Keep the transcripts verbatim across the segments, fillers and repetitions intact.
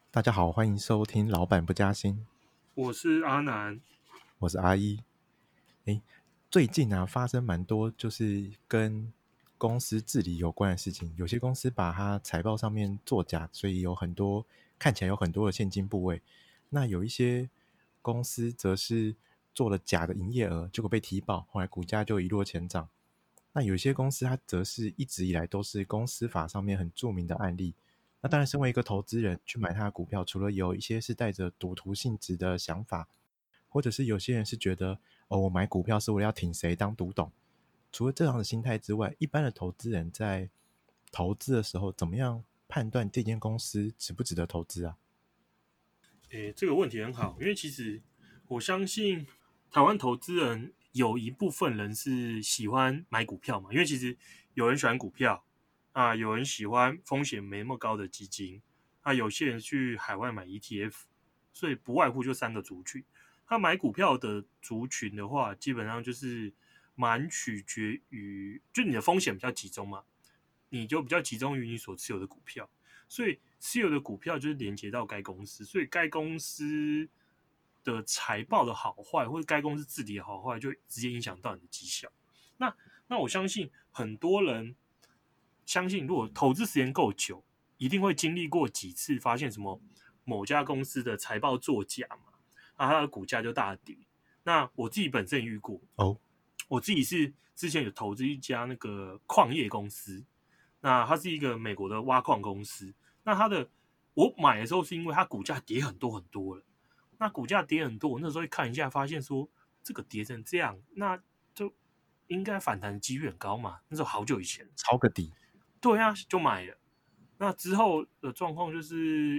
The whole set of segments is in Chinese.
大家好，欢迎收听老板不加薪。 我是阿南， 我是阿一。诶，最近啊发生蛮多就是跟公司治理有关的事情，有些公司把它财报上面作假，所以有很多看起来有很多的现金部位。那有一些公司则是做了假的营业额，结果被提报，后来股价就一落千丈。那有些公司它则是一直以来都是公司法上面很著名的案例。那当然身为一个投资人去买他的股票，除了有一些是带着赌徒性质的想法，或者是有些人是觉得哦，我买股票是为了要挺谁当赌董。除了这样的心态之外，一般的投资人在投资的时候怎么样判断这间公司值不值得投资啊？ 诶，这个问题很好，因为其实我相信台湾投资人有一部分人是喜欢买股票嘛，因为其实有人喜欢股票啊，有人喜欢风险没那么高的基金，啊，有些人去海外买 E T F，所以不外乎就三个族群。他买股票的族群的话，基本上就是蛮取决于，就你的风险比较集中嘛，你就比较集中于你所持有的股票。所以持有的股票就是连接到该公司，所以该公司的财报的好坏，或者该公司治理的好坏，就直接影响到你的绩效。那那我相信很多人相信，如果投资时间够久，一定会经历过几次发现什么某家公司的财报作假嘛，啊，它的股价就大跌。那我自己本身也遇过， 哦， 我自己是之前有投资一家那个矿业公司，那它是一个美国的挖矿公司。那它的我买的时候是因为它股价跌很多很多了，那股价跌很多，我那时候看一下，发现说这个跌成这样，那就应该反弹的几率很高嘛。那时候好久以前， 抄个底。 对啊，就买了。那之后的状况就是，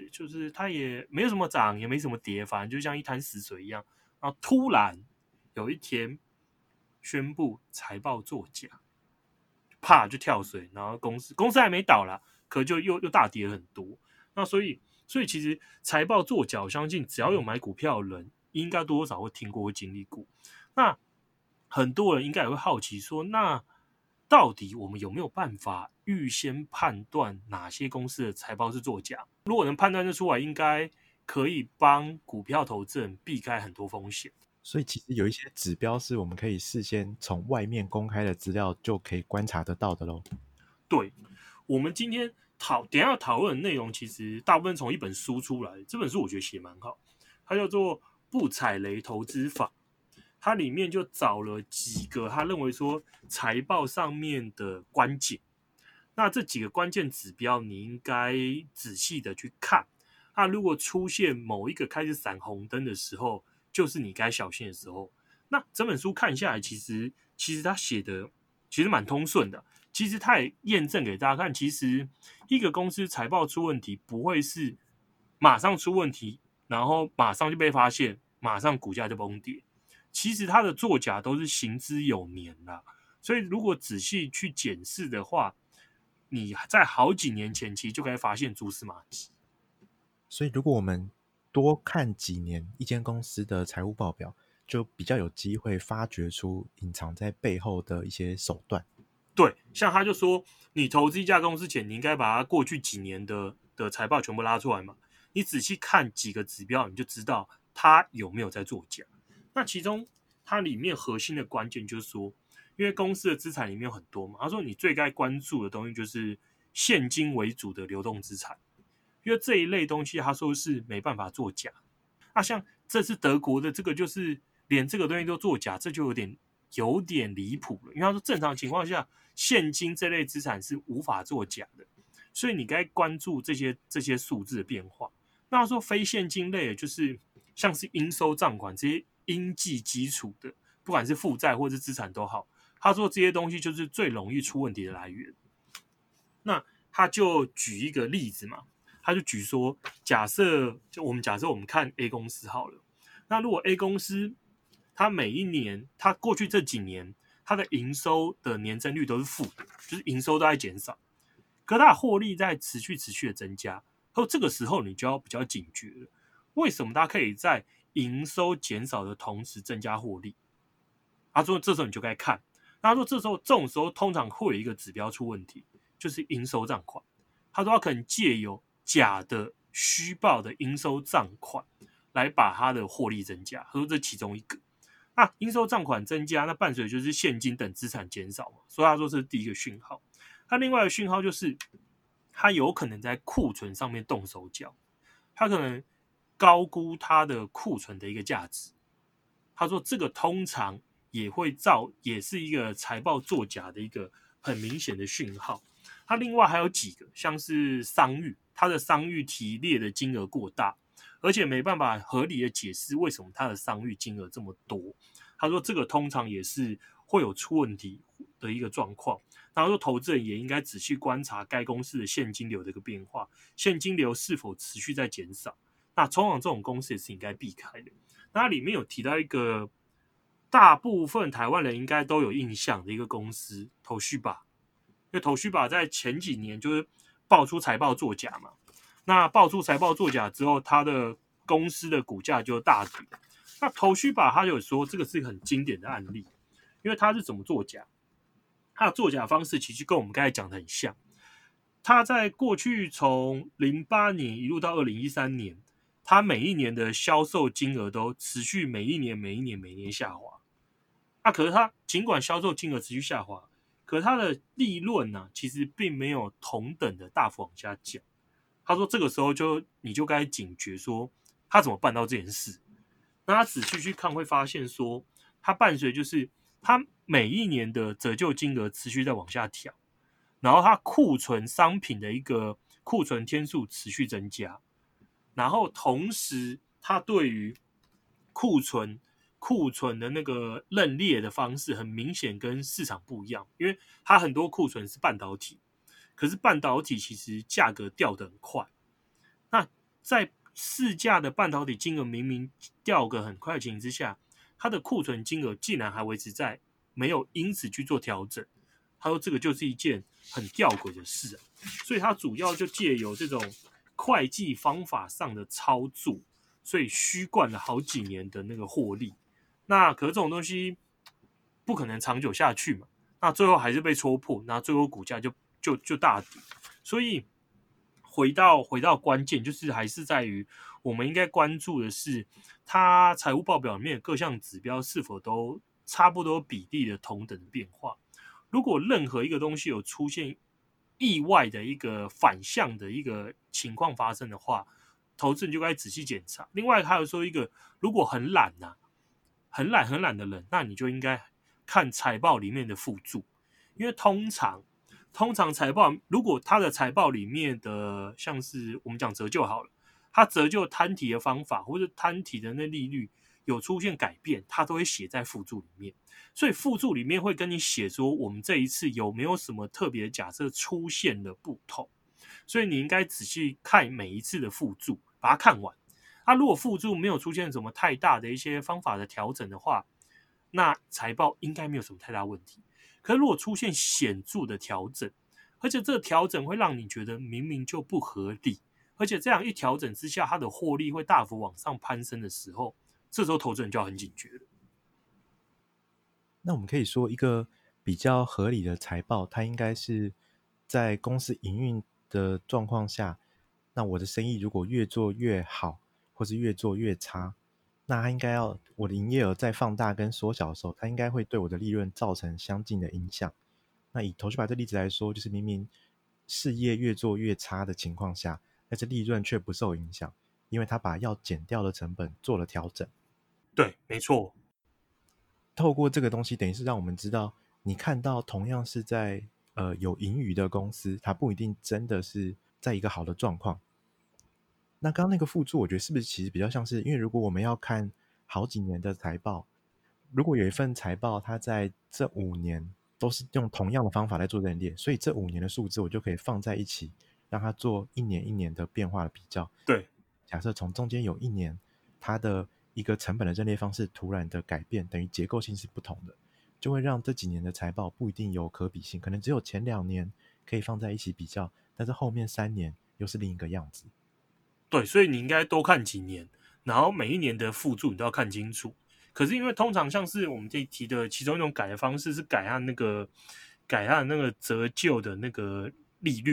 就是它也没有什么涨，也没什么跌，反正就像一滩死水一样。然后突然有一天宣布财报作假，啪就跳水，然后公司公司还没倒啦，可就又又大跌了很多。那所以所以其实财报作假，我相信只要有买股票的人，应该多多少会听过、会经历过。那很多人应该也会好奇说，那到底我们有没有办法预先判断哪些公司的财报是作假？如果能判断得出来，应该可以帮股票投资人避开很多风险。 所以其实有一些指标是我们可以事先从外面公开的资料就可以观察得到的咯。 对，我们今天讨等一下要讨论的内容，其实大部分从一本书出来。这本书我觉得写蛮好，它叫做《不踩雷投资法》。它里面就找了几个他认为说财报上面的关键，那这几个关键指标你应该仔细的去看。那如果出现某一个开始闪红灯的时候，就是你该小心的时候。那整本书看下来，其实其实他写的其实蛮通顺的。其实他也验证给大家看，其实一个公司财报出问题，不会是马上出问题，然后马上就被发现，马上股价就崩跌。其实它的作假都是行之有年啦，所以如果仔细去检视的话，你在好几年前其实就该发现蛛丝马迹。 所以如果我们多看几年一间公司的财务报表，就比较有机会发掘出隐藏在背后的一些手段。 对，像他就说，你投资一家公司前，你应该把它过去几年的的财报全部拉出来嘛。你仔细看几个指标，你就知道它有没有在作假。那其中它里面核心的关键就是说，因为公司的资产里面有很多嘛，他说你最该关注的东西就是现金为主的流动资产，因为这一类东西他说是没办法作假。啊，像这次德国的这个就是连这个东西都作假，这就有点有点离谱了。因为他说正常情况下，现金这类资产是无法作假的，所以你该关注这些这些数字的变化。那他说非现金类，就是像是应收账款这些应计基础的，不管是负债或是资产都好，他说这些东西就是最容易出问题的来源。那他就举一个例子嘛，他就举说，假设就我们假设我们看 A 公司好了，那如果 A 公司它每一年，它过去这几年它的营收的年增率都是负的，就是营收都在减少，可它的获利在持续持续的增加。然后这个时候你就要比较警觉了，为什么它可以在营收减少的同时增加获利？他说这时候你就该看。他说这时候这种时候通常会有一个指标出问题，就是应收账款。他说他可能借由假的虚报的应收账款来把它的获利增加，他说这其中一个。那应收账款增加，那伴随就是现金等资产减少嘛，所以他说这是第一个讯号。他另外一个讯号就是他有可能在库存上面动手脚，他可能高估他的库存的一个价值。他说这个通常也会造，也是一个财报作假的一个很明显的讯号。他另外还有几个，像是商誉，他的商誉提列的金额过大，而且没办法合理的解释为什么他的商誉金额这么多。他说这个通常也是会有出问题的一个状况。他说投资人也应该仔细观察该公司的现金流的一个变化，现金流是否持续在减少。那通常这种公司也是应该避开的。那里面有提到一个大部分台湾人应该都有印象的一个公司，Toshiba。因为Toshiba在前几年就是爆出财报作假嘛，那爆出财报作假之后，它的公司的股价就大跌。那Toshiba他有说这个是一个很经典的案例，因为他是怎么作假？他的作假方式其实跟我们刚才讲的很像。他在过去从零八年一路到二零一三年，他每一年的销售金额都持续每一年每一年每一年下滑。啊，可是他尽管销售金额持续下滑，可是他的利润呢、啊，其实并没有同等的大幅往下降。他说这个时候就你就该警觉说他怎么办到这件事。那他仔细去看会发现说，他伴随就是他每一年的折旧金额持续在往下调，然后他库存商品的一个库存天数持续增加，然后同时他对于库存库存的那个认列的方式很明显跟市场不一样，因为它很多库存是半导体，可是半导体其实价格掉得很快。那在市价的半导体金额明明掉个很快的情形之下，它的库存金额竟然还维持在没有因此去做调整。他说这个就是一件很吊诡的事、啊、所以他主要就借由这种会计方法上的操作，所以虚灌了好几年的那个获利。那可是这种东西不可能长久下去嘛，那最后还是被戳破，那最后股价就就就大跌。所以回到回到关键，就是还是在于我们应该关注的是，它财务报表里面的各项指标是否都差不多比例的同等的变化。如果任何一个东西有出现意外的一个反向的一个情况发生的话，投资人就该仔细检查。另外还有说一个，如果很懒呐、啊，很懒很懒的人，那你就应该看财报里面的附注，因为通常通常财报如果它的财报里面的像是我们讲折旧好了，它折旧摊提的方法或者摊提的那利率有出现改变，它都会写在附注里面。所以附注里面会跟你写说，我们这一次有没有什么特别的假设出现了不同，所以你应该仔细看每一次的附注，把它看完。啊，如果附注没有出现什么太大的一些方法的调整的话，那财报应该没有什么太大问题。可是如果出现显著的调整，而且这个调整会让你觉得明明就不合理，而且这样一调整之下，它的获利会大幅往上攀升的时候，这时候投资人就要很警觉了。 那我们可以说一个比较合理的财报，它应该是在公司营运的状况下，那我的生意如果越做越好，或是越做越差，那它应该要我的营业额在放大跟缩小的时候，它应该会对我的利润造成相近的影响。那以Toshiba这例子来说，就是明明事业越做越差的情况下，但是利润却不受影响，因为它把要减掉的成本做了调整。 对，没错。 透过这个东西，等于是让我们知道，你看到同样是在呃有盈余的公司，它不一定真的是在一个好的状况。那刚刚那个附注，我觉得是不是其实比较像是，因为如果我们要看好几年的财报，如果有一份财报，它在这五年都是用同样的方法来做认列，所以这五年的数字我就可以放在一起，让它做一年一年的变化的比较。 对， 假设从中间有一年，它的一个成本的认列方式突然的改变，等于结构性是不同的，就会让这几年的财报不一定有可比性，可能只有前两年可以放在一起比较，但是后面三年又是另一个样子。 对，所以你应该多看几年，然后每一年的附注你都要看清楚。可是因为通常像是我们这提的其中一种改的方式是改它那个改它的那个折旧的那个利率嘛，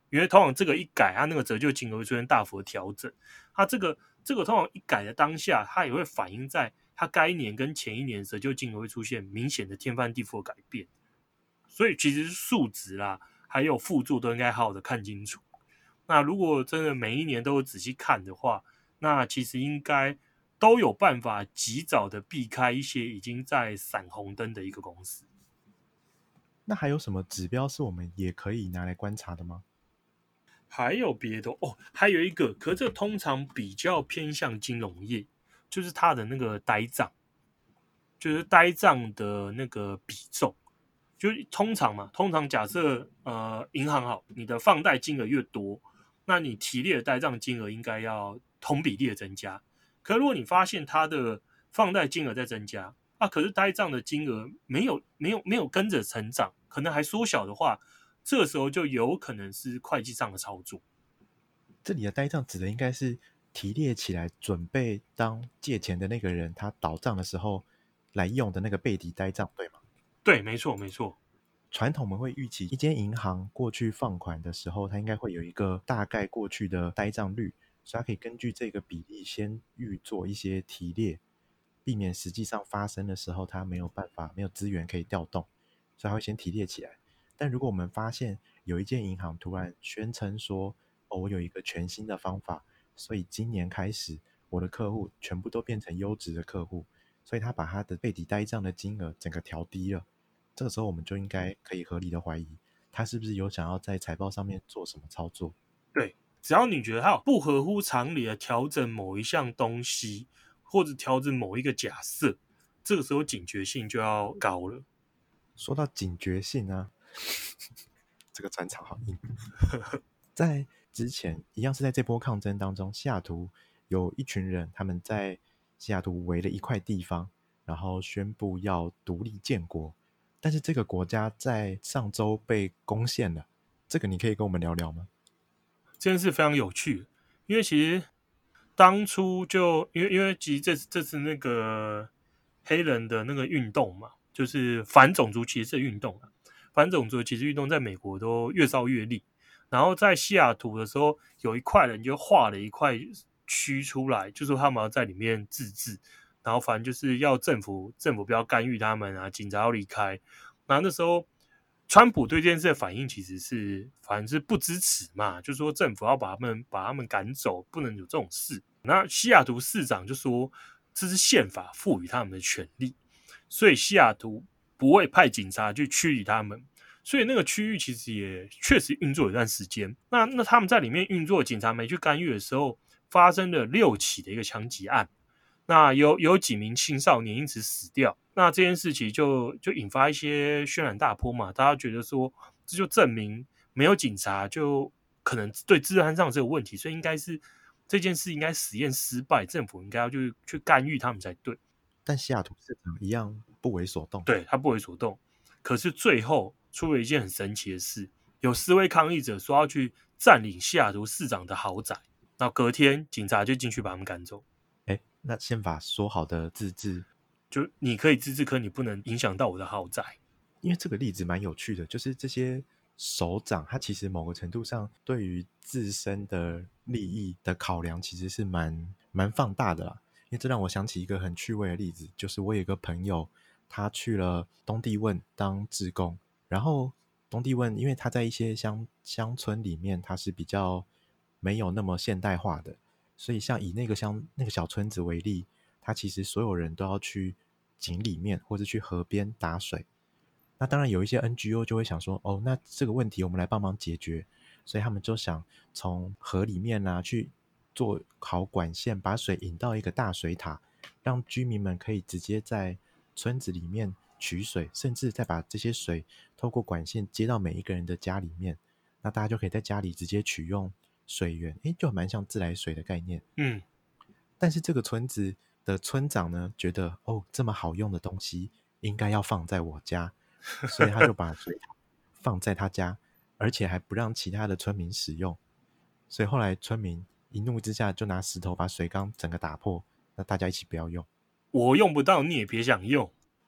因为通常这个一改，它那个折旧金额会出现大幅的调整。它这个这个通常一改的当下，它也会反映在它该年跟前一年折旧金额会出现明显的天翻地覆的改变。所以其实数值啦，还有附注都应该好好的看清楚。那如果真的每一年都有仔细看的话，那其实应该都有办法及早的避开一些已经在闪红灯的一个公司。 那还有什么指标是我们也可以拿来观察的吗？ 还有别的哦，还有一个，可是这通常比较偏向金融业，就是它的那个呆账，就是呆账的那个比重。就通常嘛，通常假设呃银行好，你的放贷金额越多，那你提列的呆账金额应该要同比例的增加。可如果你发现它的放贷金额在增加啊，可是呆账的金额没有没有没有跟着成长，可能还缩小的话，这个时候就有可能是会计上的操作。 这里的呆账指的应该是提列起来准备当借钱的那个人他倒账的时候来用的那个备抵呆账，对吗？ 对，没错没错。 传统我们会预期一间银行过去放款的时候，它应该会有一个大概过去的呆账率，所以它可以根据这个比例先预做一些提列，避免实际上发生的时候它没有办法没有资源可以调动，所以它会先提列起来。但如果我们发现有一间银行突然宣称说，哦，我有一个全新的方法，所以今年开始我的客户全部都变成优质的客户，所以他把他的备抵呆账的金额整个调低了，这个时候我们就应该可以合理的怀疑他是不是有想要在财报上面做什么操作。 对，只要你觉得他有不合乎常理的调整某一项东西，或者调整某一个假设，这个时候警觉性就要高了。 说到警觉性啊，这个转场好硬。在之前一样是在这波抗争当中，西雅图有一群人他们在西雅图围了一块地方，然后宣布要独立建国，但是这个国家在上周被攻陷了，这个你可以跟我们聊聊吗？ 这件事非常有趣，因为其实当初就因为因为其实这这次那个黑人的那个运动嘛，就是反种族歧视运动啊，反种族歧视运动在美国都越烧越厉。然后在西雅图的时候，有一块人就画了一块区出来，就说他们要在里面自治，然后反正就是要政府政府不要干预他们啊，警察要离开。然后那时候川普对这件事的反应其实是反正是不支持嘛，就说政府要把他们把他们赶走，不能有这种事。那西雅图市长就说这是宪法赋予他们的权利，所以西雅图不会派警察去驱离他们。所以那个区域其实也确实运作有一段时间。那那他们在里面运作，警察没去干预的时候，发生了六起的一个枪击案。那有有几名青少年因此死掉。那这件事情就就引发一些轩然大波嘛，大家觉得说这就证明没有警察就可能对治安上是有问题，所以应该是这件事应该实验失败，政府应该要去去干预他们才对。 但西雅图市长一样不为所动， 对，他不为所动。可是最后出了一件很神奇的事，有示威抗议者说要去占领西雅图市长的豪宅，然后隔天警察就进去把他们赶走。 哎，那宪法说好的自治， 就你可以自治，可你不能影响到我的豪宅。 因为这个例子蛮有趣的，就是这些首长他其实某个程度上对于自身的利益的考量其实是蛮蛮放大的啦。因为这让我想起一个很趣味的例子，就是我有一个朋友他去了东帝汶当志工，然后东帝汶因为他在一些乡乡村里面他是比较没有那么现代化的，所以像以那个乡那个小村子为例，他其实所有人都要去井里面或者去河边打水。那当然有一些 N G O 就会想说，哦，那这个问题我们来帮忙解决，所以他们就想从河里面啊去做好管线，把水引到一个大水塔，让居民们可以直接在村子里面取水，甚至再把这些水透过管线接到每一个人的家里面，那大家就可以在家里直接取用水源，诶，就蛮像自来水的概念。 嗯， 但是这个村子的村长呢，觉得哦，这么好用的东西应该要放在我家，所以他就把水塔放在他家，而且还不让其他的村民使用。所以后来村民一怒之下就拿石头把水缸整个打破，那大家一起不要用。 我用不到，你也别想用。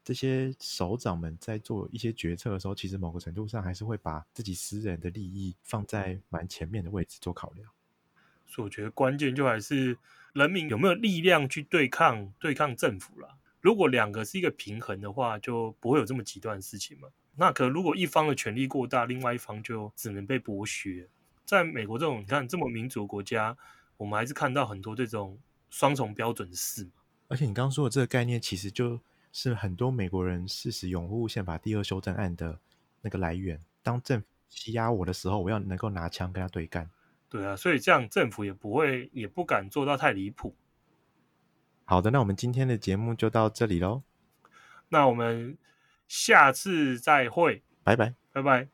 这些首长们在做一些决策的时候，其实某个程度上还是会把自己私人的利益放在蛮前面的位置做考量。 所以我觉得关键就还是人民有没有力量去对抗对抗政府啦。如果两个是一个平衡的话，就不会有这么极端的事情嘛。那可如果一方的权力过大，另外一方就只能被剥削。在美国这种你看这么民主的国家，我们还是看到很多这种双重标准的事嘛。 而且你刚刚说的这个概念，其实就是很多美国人誓死拥护宪法第二修正案的那个来源。当政府欺压我的时候，我要能够拿枪跟他对干。 对啊，所以这样政府也不会也不敢做到太离谱。 好的，那我们今天的节目就到这里咯。 那我们下次再会， 拜拜。 拜拜。